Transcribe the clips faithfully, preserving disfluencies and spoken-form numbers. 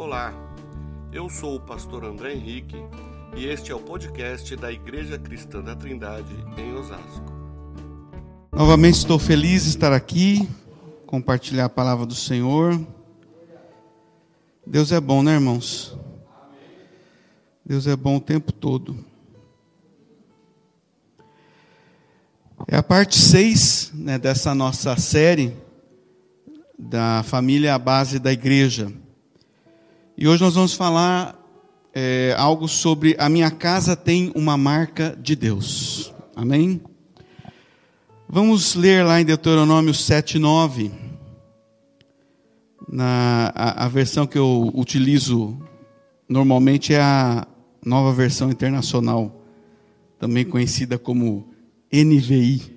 Olá, eu sou o pastor André Henrique e este é o podcast da Igreja Cristã da Trindade em Osasco. Novamente estou feliz de estar aqui, compartilhar a palavra do Senhor. Deus é bom, né, irmãos? Deus é bom o tempo todo. É a parte seis, né, dessa nossa série da família à base da igreja. E hoje nós vamos falar é, algo sobre a minha casa tem uma marca de Deus. Amém? Vamos ler lá em Deuteronômio sete, nove. Na, a, a versão que eu utilizo normalmente é a Nova Versão Internacional, também conhecida como N V I.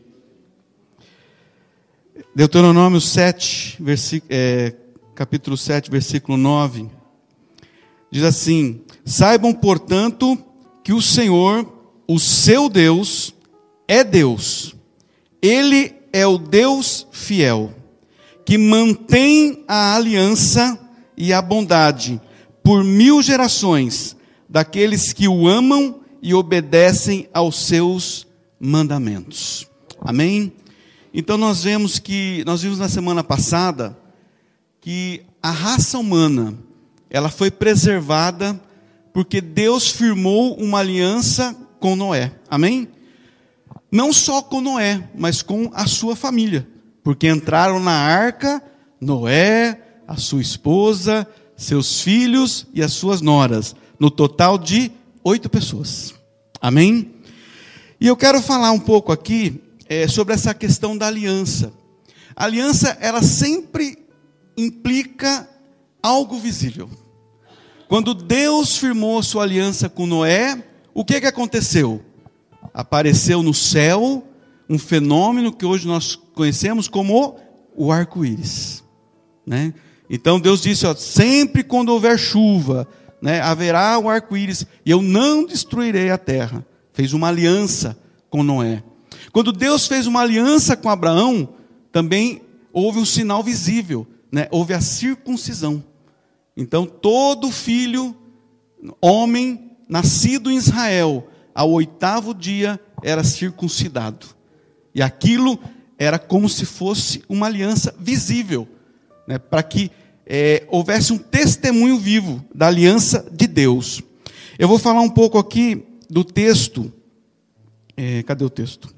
Deuteronômio sete, versículo, é, capítulo sete, versículo nove. Diz assim: saibam, portanto, que o Senhor, o seu Deus, é Deus. Ele é o Deus fiel, que mantém a aliança e a bondade por mil gerações daqueles que o amam e obedecem aos seus mandamentos. Amém? Então nós vemos que, nós vimos na semana passada, que a raça humana, ela foi preservada porque Deus firmou uma aliança com Noé. Amém? Não só com Noé, mas com a sua família. Porque entraram na arca Noé, a sua esposa, seus filhos e as suas noras. No total de oito pessoas. Amém? E eu quero falar um pouco aqui é, sobre essa questão da aliança. A aliança, ela sempre implica algo visível. Quando Deus firmou sua aliança com Noé, o que que aconteceu? Apareceu no céu um fenômeno que hoje nós conhecemos como o arco-íris, né? Então Deus disse, ó, sempre quando houver chuva, né, haverá o arco-íris, e eu não destruirei a terra. Fez uma aliança com Noé. Quando Deus fez uma aliança com Abraão, também houve um sinal visível, né? Houve a circuncisão. Então todo filho, homem, nascido em Israel, ao oitavo dia era circuncidado. E aquilo era como se fosse uma aliança visível, né, para que é, houvesse um testemunho vivo da aliança de Deus. Eu vou falar um pouco aqui do texto. É, cadê o texto?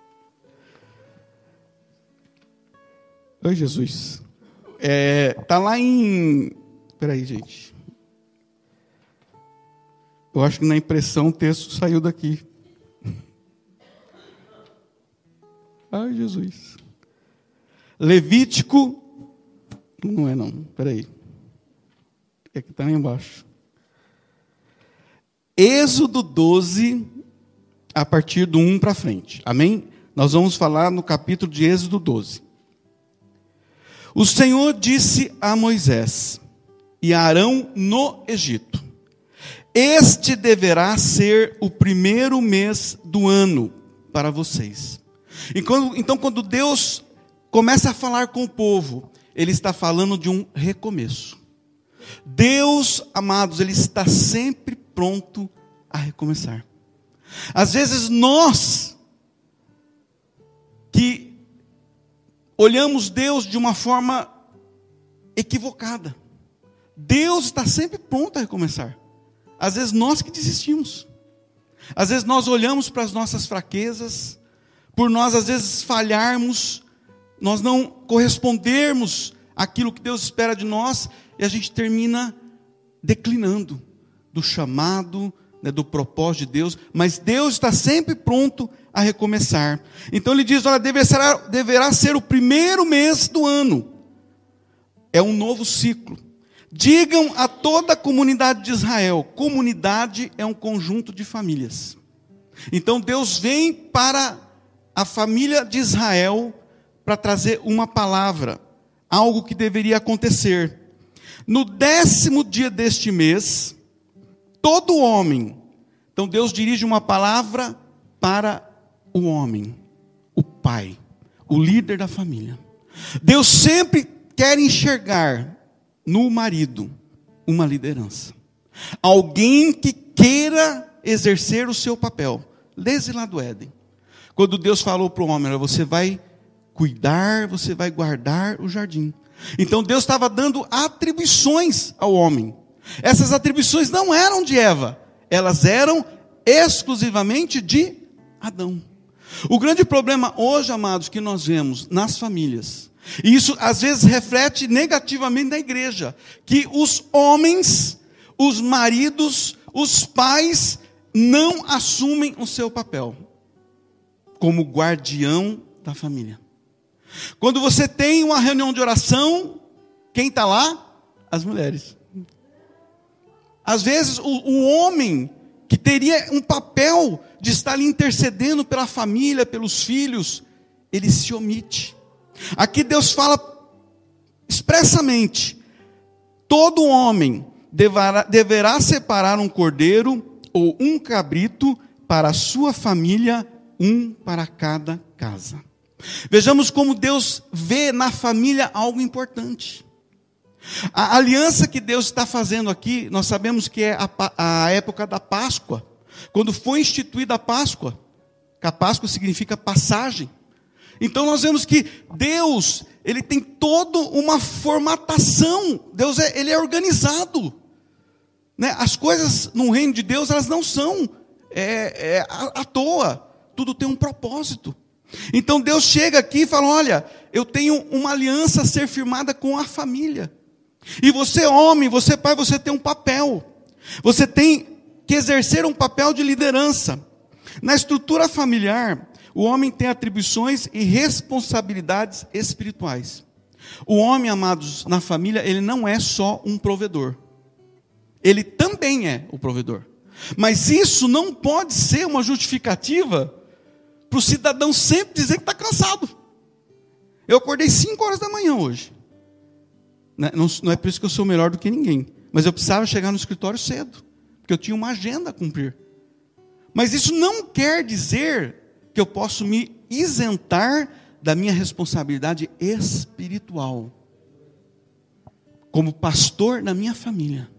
Oi, Jesus. Está é, tá lá em... Espera aí, gente. Eu acho que na impressão o texto saiu daqui. Ai, Jesus. Levítico. Não é não, espera aí. É que está lá embaixo. Êxodo doze, a partir do um para frente. Amém? Nós vamos falar no capítulo de Êxodo doze. O Senhor disse a Moisés e a Arão no Egito: este deverá ser o primeiro mês do ano para vocês. E quando, então, quando Deus começa a falar com o povo, Ele está falando de um recomeço. Deus, amados, Ele está sempre pronto a recomeçar. Às vezes nós, que olhamos Deus de uma forma equivocada, Deus está sempre pronto a recomeçar. Às vezes nós que desistimos. Às vezes nós olhamos para as nossas fraquezas, por nós às vezes falharmos, nós não correspondermos àquilo que Deus espera de nós, e a gente termina declinando do chamado, né, do propósito de Deus. Mas Deus está sempre pronto a recomeçar. Então Ele diz, olha, deverá, deverá ser o primeiro mês do ano. É um novo ciclo. Digam a toda a comunidade de Israel. Comunidade é um conjunto de famílias. Então Deus vem para a família de Israel para trazer uma palavra, algo que deveria acontecer. No décimo dia deste mês, todo homem, então Deus dirige uma palavra para o homem, o pai, o líder da família. Deus sempre quer enxergar no marido uma liderança. Alguém que queira exercer o seu papel. Desde lá do Éden. Quando Deus falou para o homem, você vai cuidar, você vai guardar o jardim. Então Deus estava dando atribuições ao homem. Essas atribuições não eram de Eva, elas eram exclusivamente de Adão. O grande problema hoje, amados, que nós vemos nas famílias, e isso às vezes reflete negativamente na igreja, que os homens, os maridos, os pais não assumem o seu papel como guardião da família. Quando você tem uma reunião de oração, quem está lá? As mulheres. Às vezes o, o homem que teria um papel de estar ali intercedendo pela família, pelos filhos, ele se omite. Aqui Deus fala expressamente: todo homem deverá, deverá separar um cordeiro ou um cabrito para a sua família, um para cada casa. Vejamos como Deus vê na família algo importante. A aliança que Deus está fazendo aqui, nós sabemos que é a, a época da Páscoa. Quando foi instituída a Páscoa, que a Páscoa significa passagem. Então nós vemos que Deus, ele tem toda uma formatação. Deus é, ele é organizado. Né? As coisas no reino de Deus, elas não são é, é, à, à toa. Tudo tem um propósito. Então Deus chega aqui e fala: olha, eu tenho uma aliança a ser firmada com a família. E você, homem, você, pai, você tem um papel. Você tem que exercer um papel de liderança. Na estrutura familiar, o homem tem atribuições e responsabilidades espirituais. O homem, amados, na família, ele não é só um provedor. Ele também é o provedor. Mas isso não pode ser uma justificativa para o cidadão sempre dizer que está cansado. Eu acordei cinco horas da manhã hoje. Não, não é por isso que eu sou melhor do que ninguém. Mas eu precisava chegar no escritório cedo. Porque eu tinha uma agenda a cumprir. Mas isso não quer dizer que eu posso me isentar da minha responsabilidade espiritual. Como pastor na minha família.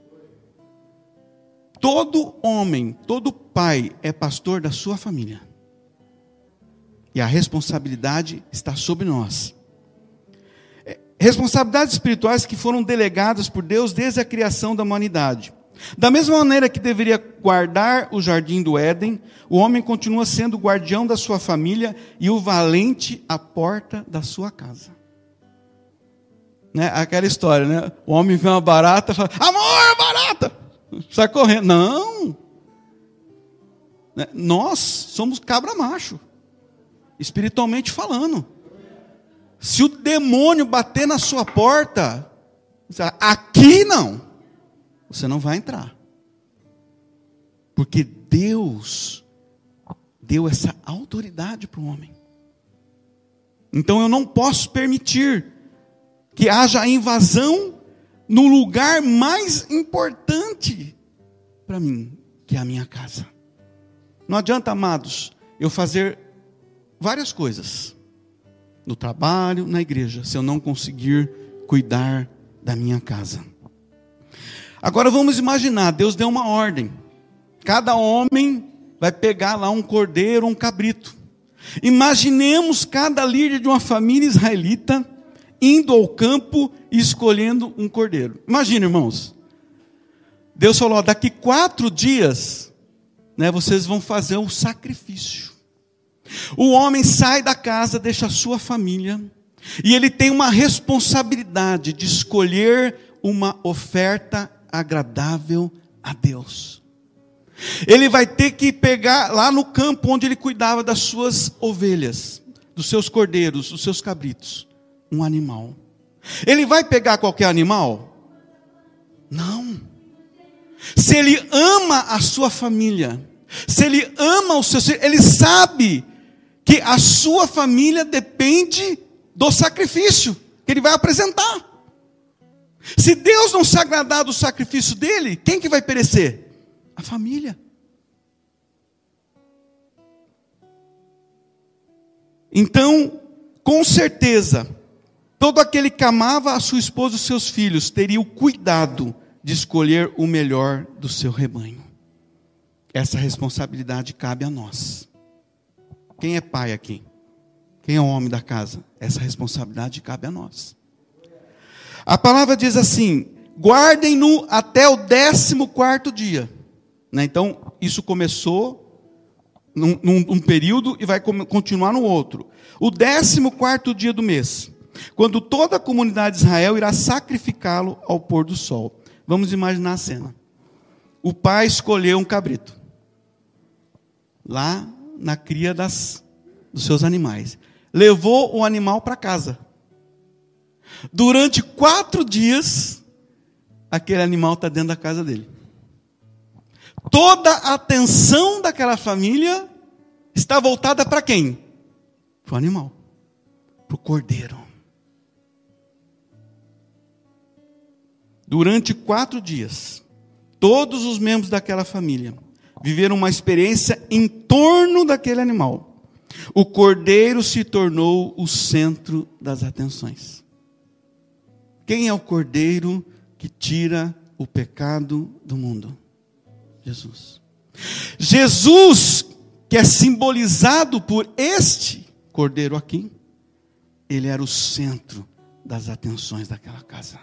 Todo homem, todo pai é pastor da sua família. E a responsabilidade está sobre nós. Responsabilidades espirituais que foram delegadas por Deus desde a criação da humanidade. Da mesma maneira que deveria guardar o jardim do Éden, o homem continua sendo o guardião da sua família e o valente à porta da sua casa. Né? Aquela história, né? O homem vê uma barata e fala: amor, barata! Sai correndo. Não! Né? Nós somos cabra macho. Espiritualmente falando. Se o demônio bater na sua porta, aqui não, você não vai entrar. Porque Deus deu essa autoridade para o homem. Então eu não posso permitir que haja invasão no lugar mais importante para mim, que é a minha casa. Não adianta, amados, eu fazer várias coisas no trabalho, na igreja, se eu não conseguir cuidar da minha casa. Agora vamos imaginar, Deus deu uma ordem. Cada homem vai pegar lá um cordeiro, um cabrito. Imaginemos cada líder de uma família israelita indo ao campo e escolhendo um cordeiro. Imagina, irmãos. Deus falou: daqui quatro dias, né, vocês vão fazer um sacrifício. O homem sai da casa, deixa a sua família, e ele tem uma responsabilidade de escolher uma oferta agradável a Deus. Ele vai ter que pegar lá no campo onde ele cuidava das suas ovelhas, dos seus cordeiros, dos seus cabritos, um animal. Ele vai pegar qualquer animal? Não. Se ele ama a sua família, se ele ama os seus filhos, ele sabe que a sua família depende do sacrifício que ele vai apresentar. Se Deus não se agradar do sacrifício dele, quem que vai perecer? A família. Então, com certeza, todo aquele que amava a sua esposa e os seus filhos teria o cuidado de escolher o melhor do seu rebanho. Essa responsabilidade cabe a nós. Quem é pai aqui? Quem é o homem da casa? Essa responsabilidade cabe a nós. A palavra diz assim: guardem-no até o décimo quarto dia. Né? Então, isso começou num, num, num período e vai continuar no outro. O décimo quarto dia do mês, quando toda a comunidade de Israel irá sacrificá-lo ao pôr do sol. Vamos imaginar a cena. O pai escolheu um cabrito, lá na cria das, dos seus animais. Levou o animal para casa. Durante quatro dias, aquele animal está dentro da casa dele. Toda a atenção daquela família está voltada para quem? Para o animal, para o cordeiro. Durante quatro dias, todos os membros daquela família viveram uma experiência em torno daquele animal. O cordeiro se tornou o centro das atenções. Quem é o cordeiro que tira o pecado do mundo? Jesus. Jesus, que é simbolizado por este cordeiro aqui, ele era o centro das atenções daquela casa.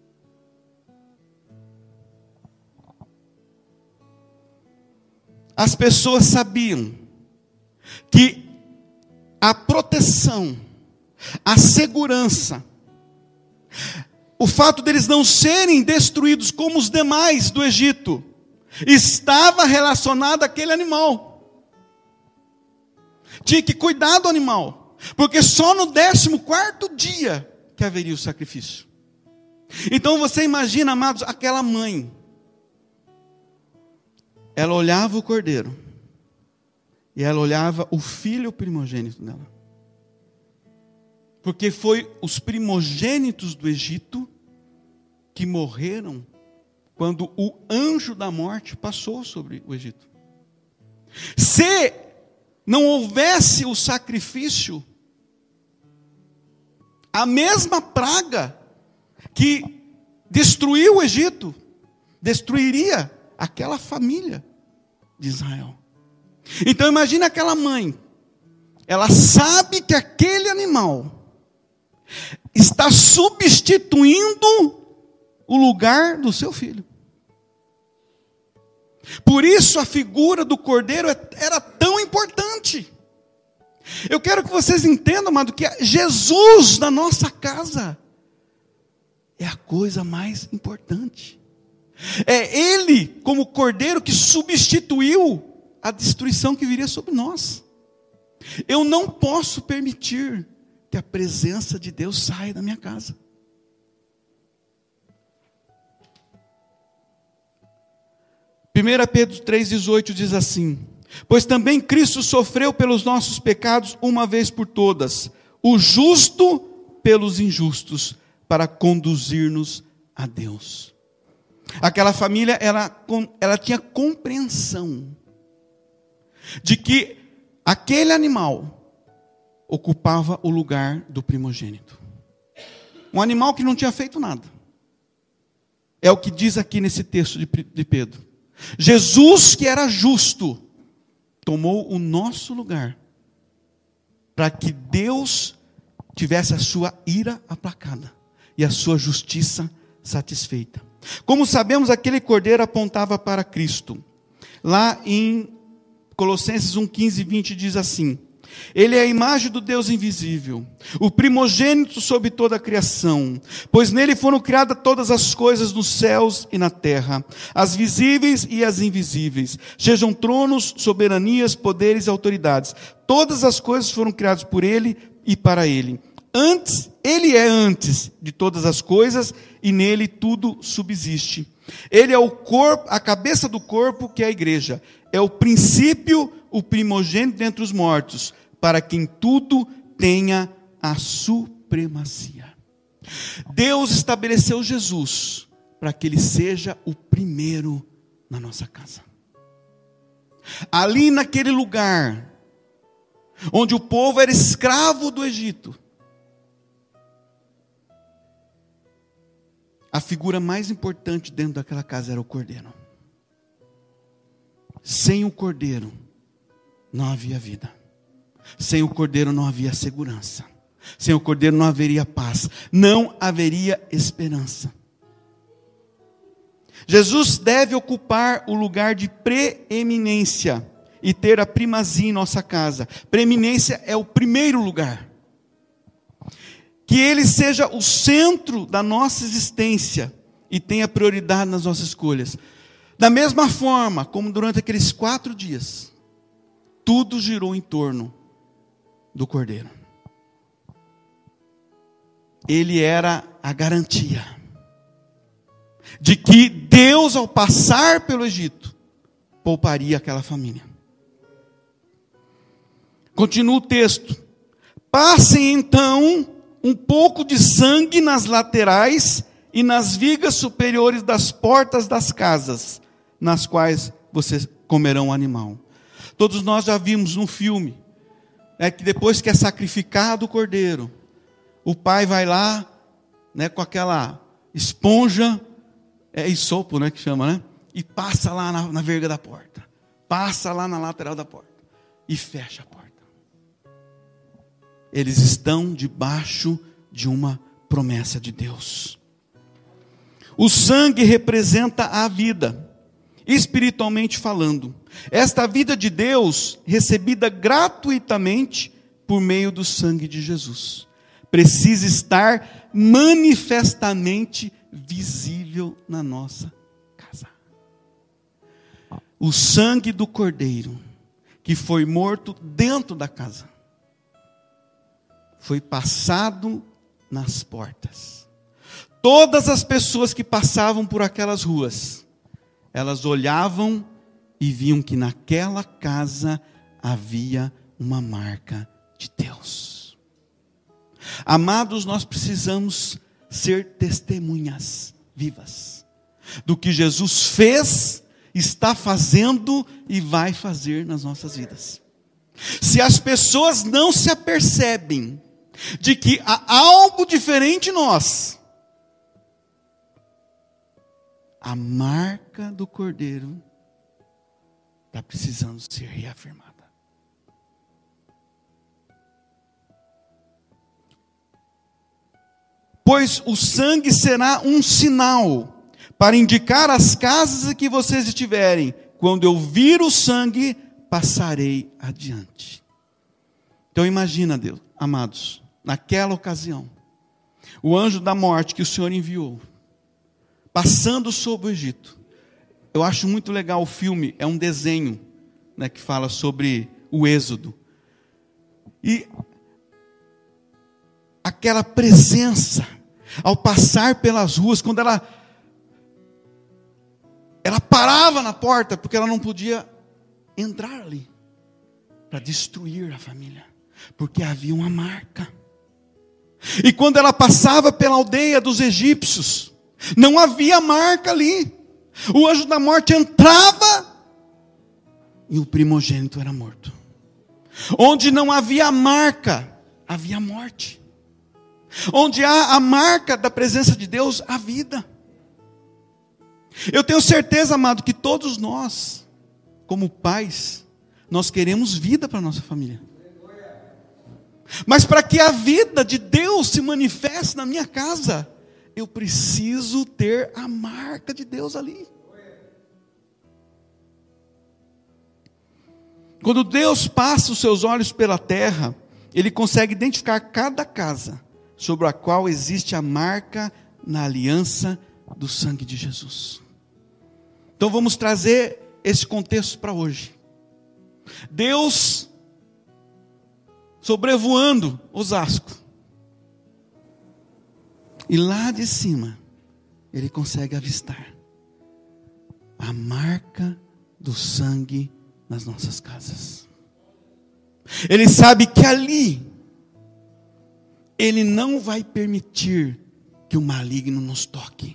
As pessoas sabiam que a proteção, a segurança, o fato deles não serem destruídos como os demais do Egito, estava relacionado àquele animal. Tinha que cuidar do animal, porque só no décimo quarto dia que haveria o sacrifício. Então você imagina, amados, aquela mãe. Ela olhava o cordeiro, e ela olhava o filho primogênito dela. Porque foi os primogênitos do Egito que morreram quando o anjo da morte passou sobre o Egito. Se não houvesse o sacrifício, a mesma praga que destruiu o Egito, destruiria aquela família de Israel. Então imagine aquela mãe, ela sabe que aquele animal está substituindo o lugar do seu filho. Por isso a figura do cordeiro era tão importante. Eu quero que vocês entendam, amado, que Jesus na nossa casa é a coisa mais importante. É Ele, como cordeiro, que substituiu a destruição que viria sobre nós. Eu não posso permitir que a presença de Deus saia da minha casa. primeira Pedro três, dezoito diz assim: pois também Cristo sofreu pelos nossos pecados uma vez por todas, o justo pelos injustos, para conduzir-nos a Deus. Aquela família, ela, ela tinha compreensão de que aquele animal ocupava o lugar do primogênito. Um animal que não tinha feito nada. É o que diz aqui nesse texto de Pedro. Jesus, que era justo, tomou o nosso lugar, para que Deus tivesse a sua ira aplacada e a sua justiça satisfeita. Como sabemos, aquele cordeiro apontava para Cristo. Lá em Colossenses um, quinze e vinte diz assim: Ele é a imagem do Deus invisível, o primogênito sobre toda a criação, pois nele foram criadas todas as coisas nos céus e na terra, as visíveis e as invisíveis, sejam tronos, soberanias, poderes e autoridades. Todas as coisas foram criadas por ele e para ele. Antes, ele é antes de todas as coisas, e nele tudo subsiste. Ele é o corpo, a cabeça do corpo, que é a igreja. É o princípio, o primogênito dentre os mortos, para quem tudo tenha a supremacia. Deus estabeleceu Jesus para que ele seja o primeiro na nossa casa. Ali naquele lugar, onde o povo era escravo do Egito, a figura mais importante dentro daquela casa era o cordeiro. Sem o cordeiro, não havia vida. Sem o cordeiro não havia segurança. Sem o cordeiro não haveria paz. Não haveria esperança. Jesus deve ocupar o lugar de preeminência e ter a primazia em nossa casa. Preeminência é o primeiro lugar. Que Ele seja o centro da nossa existência e tenha prioridade nas nossas escolhas. Da mesma forma como durante aqueles quatro dias, tudo girou em torno do Cordeiro. Ele era a garantia de que Deus, ao passar pelo Egito, pouparia aquela família. Continua o texto. Passem então um pouco de sangue nas laterais e nas vigas superiores das portas das casas, nas quais vocês comerão o animal. Todos nós já vimos no filme, né, que depois que é sacrificado o cordeiro, o pai vai lá, né, com aquela esponja, é isopo, né, que chama, né? E passa lá na, na verga da porta. Passa lá na lateral da porta. E fecha a porta. Eles estão debaixo de uma promessa de Deus. O sangue representa a vida, espiritualmente falando. Esta vida de Deus, recebida gratuitamente por meio do sangue de Jesus, precisa estar manifestamente visível na nossa casa. O sangue do Cordeiro, que foi morto dentro da casa, foi passado nas portas. Todas as pessoas que passavam por aquelas ruas, elas olhavam e viam que naquela casa havia uma marca de Deus. Amados, nós precisamos ser testemunhas vivas do que Jesus fez, está fazendo e vai fazer nas nossas vidas. Se as pessoas não se apercebem de que há algo diferente em nós, a marca do Cordeiro está precisando ser reafirmada. Pois o sangue será um sinal para indicar as casas em que vocês estiverem. Quando eu vir o sangue, passarei adiante. Então imagina, Deus, amados, naquela ocasião, o anjo da morte que o Senhor enviou, passando sobre o Egito. Eu acho muito legal o filme, é um desenho, né, que fala sobre o Êxodo. E aquela presença, ao passar pelas ruas, quando ela, ela parava na porta, porque ela não podia entrar ali, para destruir a família, porque havia uma marca. E quando ela passava pela aldeia dos egípcios, não havia marca ali. O anjo da morte entrava e o primogênito era morto. Onde não havia marca, havia morte. Onde há a marca da presença de Deus, há vida. Eu tenho certeza, amado, que todos nós, como pais, nós queremos vida para a nossa família. Mas para que a vida de Deus se manifeste na minha casa, eu preciso ter a marca de Deus ali. Quando Deus passa os seus olhos pela terra, Ele consegue identificar cada casa sobre a qual existe a marca na aliança do sangue de Jesus. Então vamos trazer esse contexto para hoje. Deus sobrevoando Osasco. E lá de cima, Ele consegue avistar a marca do sangue nas nossas casas. Ele sabe que ali, Ele não vai permitir que o maligno nos toque.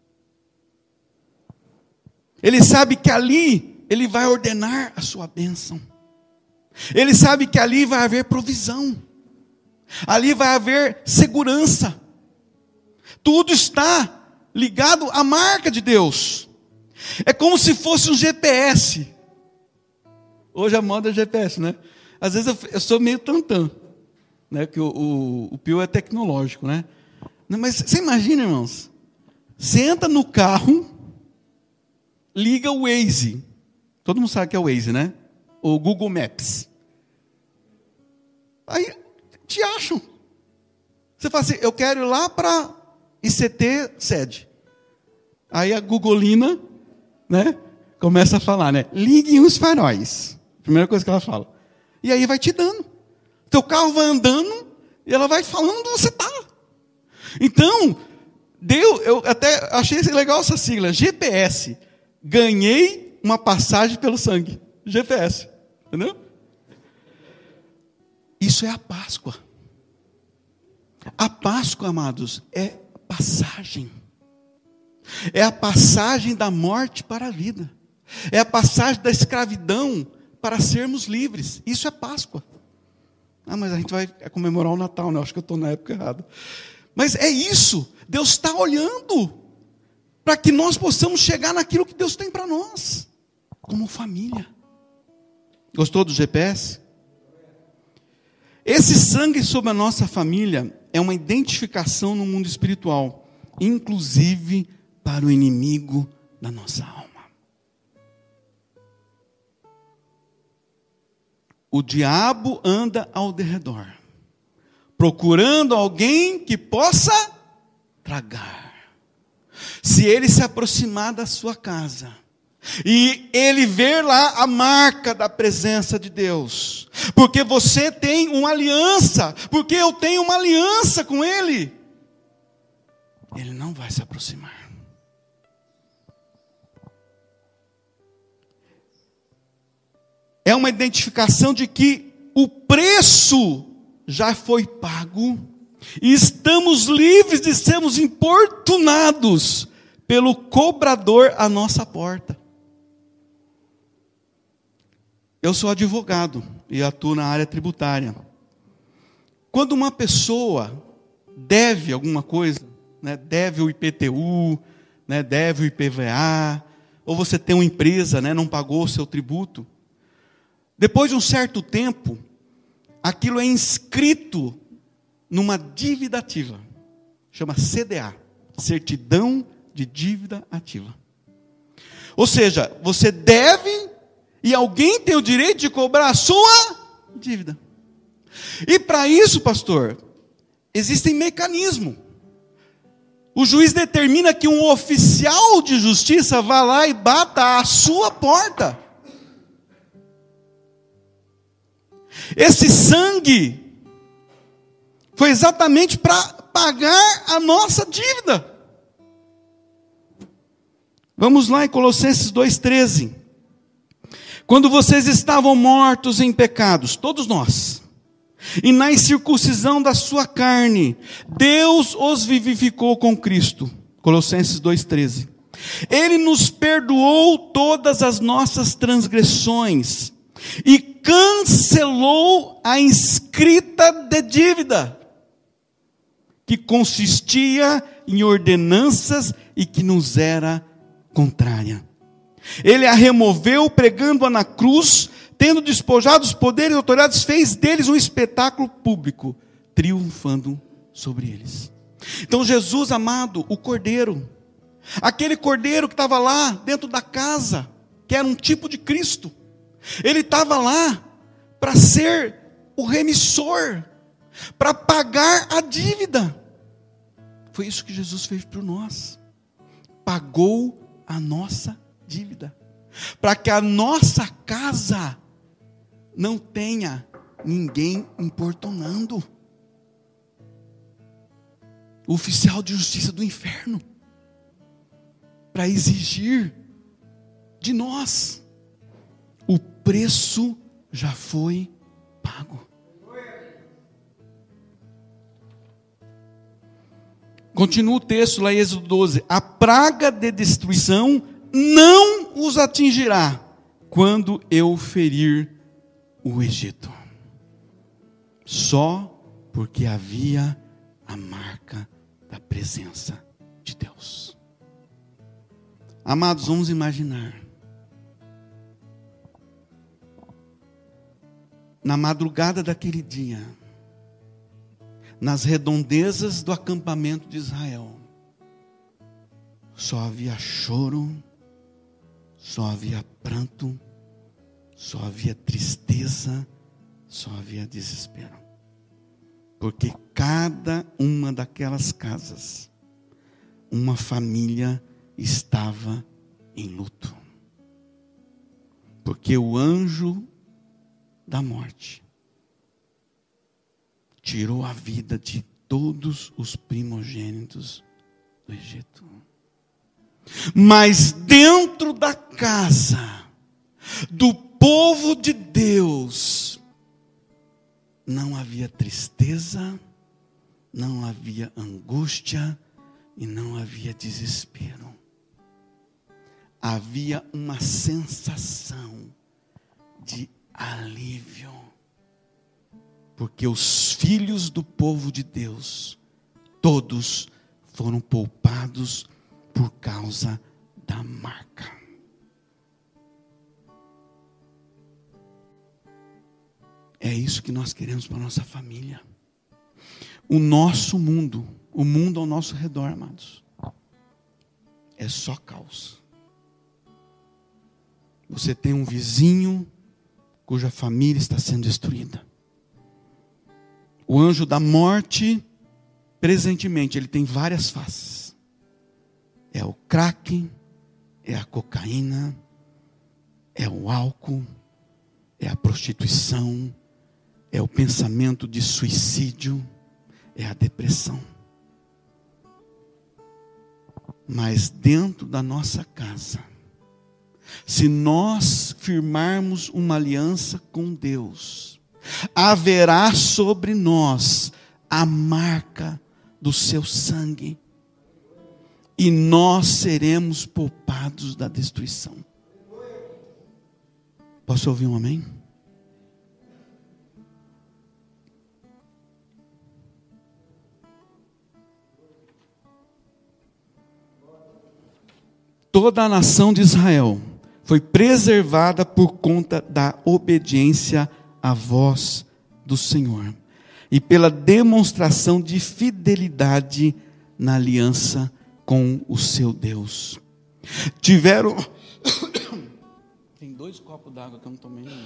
Ele sabe que ali, Ele vai ordenar a sua bênção. Ele sabe que ali vai haver provisão. Ali vai haver segurança. Tudo está ligado à marca de Deus. É como se fosse um G P S. Hoje a moda é G P S, né? Às vezes eu, eu sou meio tantã, né? Que o, o, o Pio é tecnológico, né? Mas você imagina, irmãos, você entra no carro, liga o Waze. Todo mundo sabe que é o Waze, né? O Google Maps. Aí te acham. Você fala assim, eu quero ir lá para I C T sede. Aí a Googleina, né, começa a falar, né? Liguem os faróis. Primeira coisa que ela fala. E aí vai te dando. Teu carro vai andando e ela vai falando onde você está. Então, deu, eu até achei legal essa sigla, G P S. Ganhei uma passagem pelo sangue. G P S. Entendeu? Isso é a Páscoa. A Páscoa, amados, é passagem. É a passagem da morte para a vida. É a passagem da escravidão para sermos livres. Isso é Páscoa. Ah, mas a gente vai comemorar o Natal, né? Acho que eu estou na época errada. Mas é isso. Deus está olhando para que nós possamos chegar naquilo que Deus tem para nós, como família. Gostou do G P S? Esse sangue sobre a nossa família é uma identificação no mundo espiritual, inclusive para o inimigo da nossa alma. O diabo anda ao derredor, procurando alguém que possa tragar. Se ele se aproximar da sua casa, e ele ver lá a marca da presença de Deus, porque você tem uma aliança, porque eu tenho uma aliança com ele, ele não vai se aproximar. É uma identificação de que o preço já foi pago, e estamos livres de sermos importunados pelo cobrador à nossa porta. Eu sou advogado e atuo na área tributária. Quando uma pessoa deve alguma coisa, né, deve o I P T U, né, deve o I P V A, ou você tem uma empresa, né, não pagou o seu tributo, depois de um certo tempo, aquilo é inscrito numa dívida ativa, chama C D A, Certidão de Dívida Ativa. Ou seja, você deve e alguém tem o direito de cobrar a sua dívida. E para isso, pastor, existem mecanismos. O juiz determina que um oficial de justiça vá lá e bata à sua porta. Esse sangue foi exatamente para pagar a nossa dívida. Vamos lá em Colossenses dois, treze. Quando vocês estavam mortos em pecados, todos nós, e na incircuncisão da sua carne, Deus os vivificou com Cristo. Colossenses dois, treze. Ele nos perdoou todas as nossas transgressões e cancelou a inscrita de dívida, que consistia em ordenanças e que nos era contrária. Ele a removeu, pregando-a na cruz, tendo despojado os poderes e autoridades, fez deles um espetáculo público, triunfando sobre eles. Então Jesus, amado, o cordeiro, aquele cordeiro que estava lá dentro da casa, que era um tipo de Cristo, ele estava lá para ser o remissor, para pagar a dívida. Foi isso que Jesus fez por nós. Pagou a nossa dívida, para que a nossa casa não tenha ninguém importunando. O oficial de justiça do inferno, para exigir de nós. O preço já foi pago. Continua o texto lá em Êxodo doze. A praga de destruição não os atingirá quando eu ferir o Egito. Só porque havia a marca da presença de Deus. Amados, vamos imaginar. Na madrugada daquele dia, nas redondezas do acampamento de Israel, só havia choro, só havia pranto, só havia tristeza, só havia desespero. Porque cada uma daquelas casas, uma família estava em luto. Porque o anjo da morte tirou a vida de todos os primogênitos do Egito. Mas dentro da casa do povo de Deus não havia tristeza, não havia angústia e não havia desespero. Havia uma sensação de alívio, porque os filhos do povo de Deus, todos foram poupados por causa da marca. É isso que nós queremos para a nossa família. O nosso mundo, o mundo ao nosso redor, amados, é só caos. Você tem um vizinho cuja família está sendo destruída. O anjo da morte, presentemente, ele tem várias faces. É o crack, é a cocaína, é o álcool, é a prostituição, é o pensamento de suicídio, é a depressão. Mas dentro da nossa casa, se nós firmarmos uma aliança com Deus, haverá sobre nós a marca do seu sangue, e nós seremos poupados da destruição. Posso ouvir um amém? Toda a nação de Israel foi preservada por conta da obediência à voz do Senhor e pela demonstração de fidelidade na aliança com o seu Deus. Tiveram... Tem dois copos d'água que eu não tomei nenhum.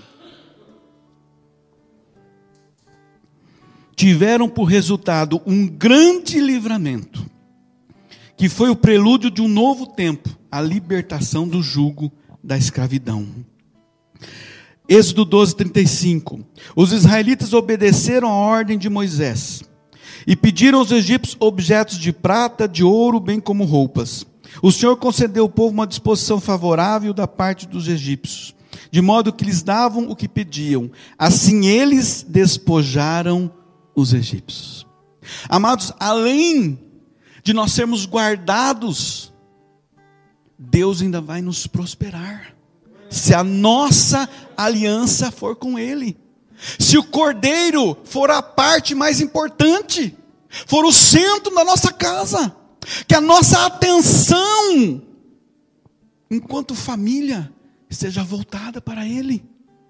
Tiveram por resultado um grande livramento, que foi o prelúdio de um novo tempo, a libertação do jugo da escravidão. Êxodo doze, trinta e cinco. Os israelitas obedeceram a ordem de Moisés e pediram aos egípcios objetos de prata, de ouro, bem como roupas. O Senhor concedeu ao povo uma disposição favorável da parte dos egípcios, de modo que lhes davam o que pediam. Assim eles despojaram os egípcios. Amados, além de nós sermos guardados, Deus ainda vai nos prosperar, se a nossa aliança for com Ele. Se o cordeiro for a parte mais importante, for o centro da nossa casa, que a nossa atenção, enquanto família, esteja voltada para Ele.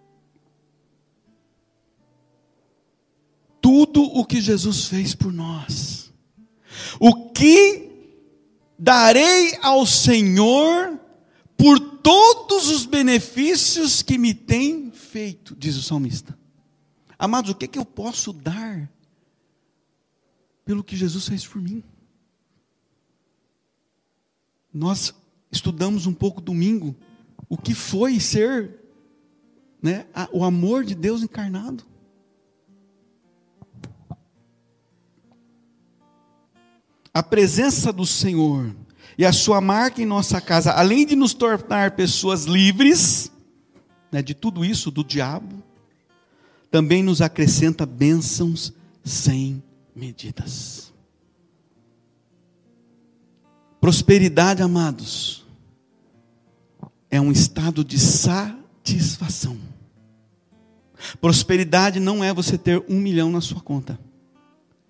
Tudo o que Jesus fez por nós. O que darei ao Senhor por todos os benefícios que me tem feito, diz o salmista. Amados, o que é que eu posso dar pelo que Jesus fez por mim? Nós estudamos um pouco domingo o que foi ser, né, o amor de Deus encarnado. A presença do Senhor e a sua marca em nossa casa, além de nos tornar pessoas livres, né, de tudo isso, do diabo, também nos acrescenta bênçãos sem medidas. Prosperidade, amados, é um estado de satisfação. Prosperidade não é você ter um milhão na sua conta.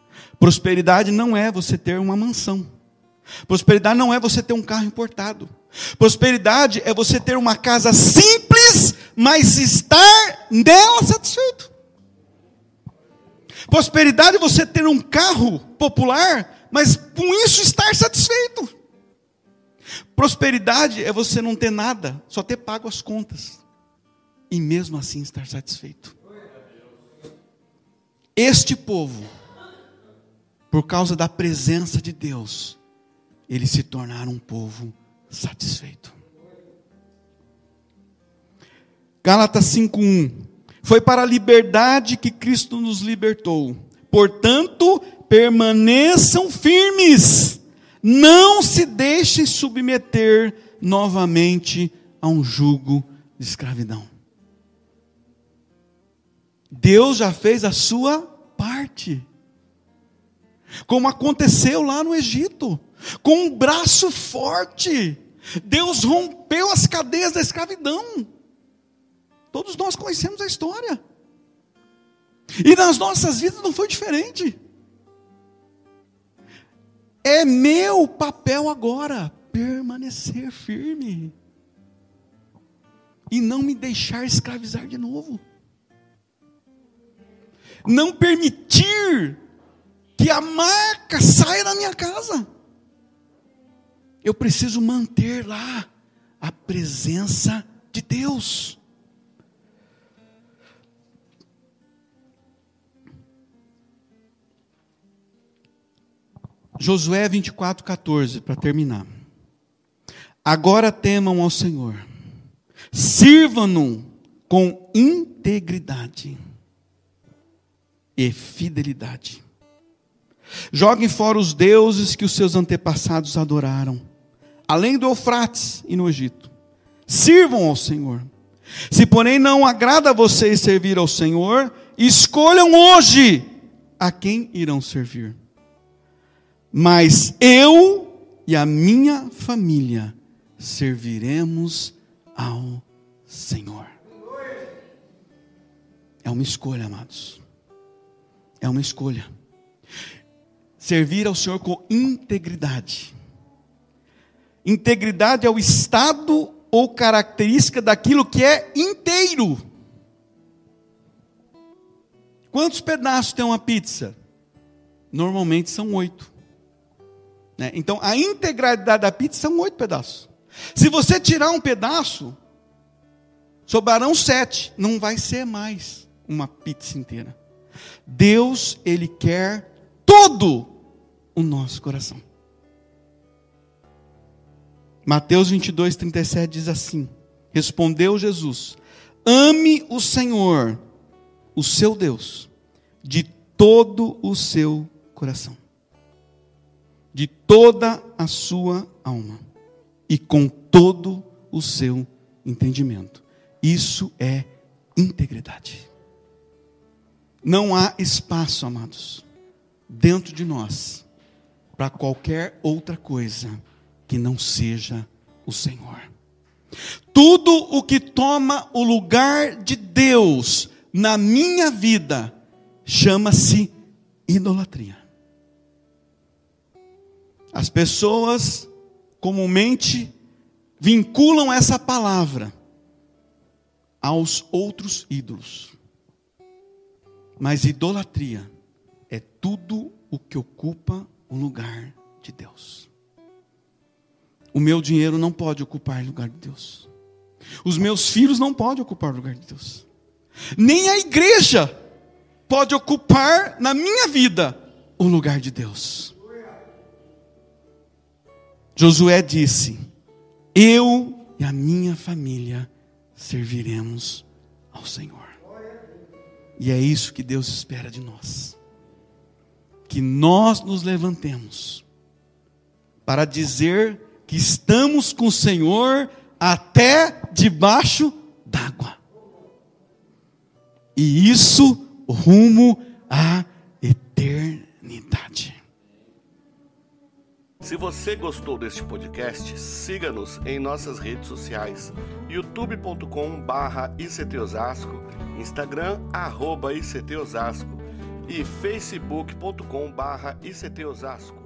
Prosperidade não é você ter uma mansão. Prosperidade não é você ter um carro importado. Prosperidade é você ter uma casa simples, mas estar nela satisfeito. Prosperidade é você ter um carro popular, mas com isso estar satisfeito. Prosperidade é você não ter nada, só ter pago as contas. E mesmo assim estar satisfeito. Este povo, por causa da presença de Deus, eles se tornaram um povo satisfeito. Gálatas cinco um. Foi para a liberdade que Cristo nos libertou. Portanto, permaneçam firmes. Não se deixem submeter novamente a um jugo de escravidão. Deus já fez a sua parte. Como aconteceu lá no Egito. Com um braço forte. Deus rompeu as cadeias da escravidão. Todos nós conhecemos a história. E nas nossas vidas não foi diferente. É meu papel agora permanecer firme. E não me deixar escravizar de novo. Não permitir que a marca saia da minha casa. Eu preciso manter lá a presença de Deus. Josué vinte e quatro, quatorze, para terminar. Agora temam ao Senhor, sirvam-no com integridade e fidelidade. Joguem fora os deuses que os seus antepassados adoraram, além do Eufrates e no Egito. Sirvam ao Senhor. Se porém não agrada a vocês servir ao Senhor, escolham hoje a quem irão servir. Mas eu e a minha família serviremos ao Senhor. É uma escolha, amados. É uma escolha. Servir ao Senhor com integridade. Integridade é o estado ou característica daquilo que é inteiro. Quantos pedaços tem uma pizza? Normalmente são oito. Então, a integralidade da pizza são oito pedaços. Se você tirar um pedaço, sobrarão sete. Não vai ser mais uma pizza inteira. Deus, Ele quer todo o nosso coração. Mateus vinte e dois, trinta e sete diz assim. Respondeu Jesus: ame o Senhor, o seu Deus, de todo o seu coração, de toda a sua alma e com todo o seu entendimento. Isso é integridade. Não há espaço, amados, dentro de nós para qualquer outra coisa que não seja o Senhor. Tudo o que toma o lugar de Deus na minha vida chama-se idolatria. As pessoas comumente vinculam essa palavra aos outros ídolos. Mas idolatria é tudo o que ocupa o lugar de Deus. O meu dinheiro não pode ocupar o lugar de Deus. Os meus filhos não podem ocupar o lugar de Deus. Nem a igreja pode ocupar na minha vida o lugar de Deus. Josué disse: eu e a minha família serviremos ao Senhor. E é isso que Deus espera de nós. Que nós nos levantemos para dizer que estamos com o Senhor até debaixo d'água. E isso rumo à eternidade. Se você gostou deste podcast, siga-nos em nossas redes sociais, youtube ponto com barra I C T Osasco, Instagram, arroba I C T Osasco e facebook ponto com barra I C T Osasco.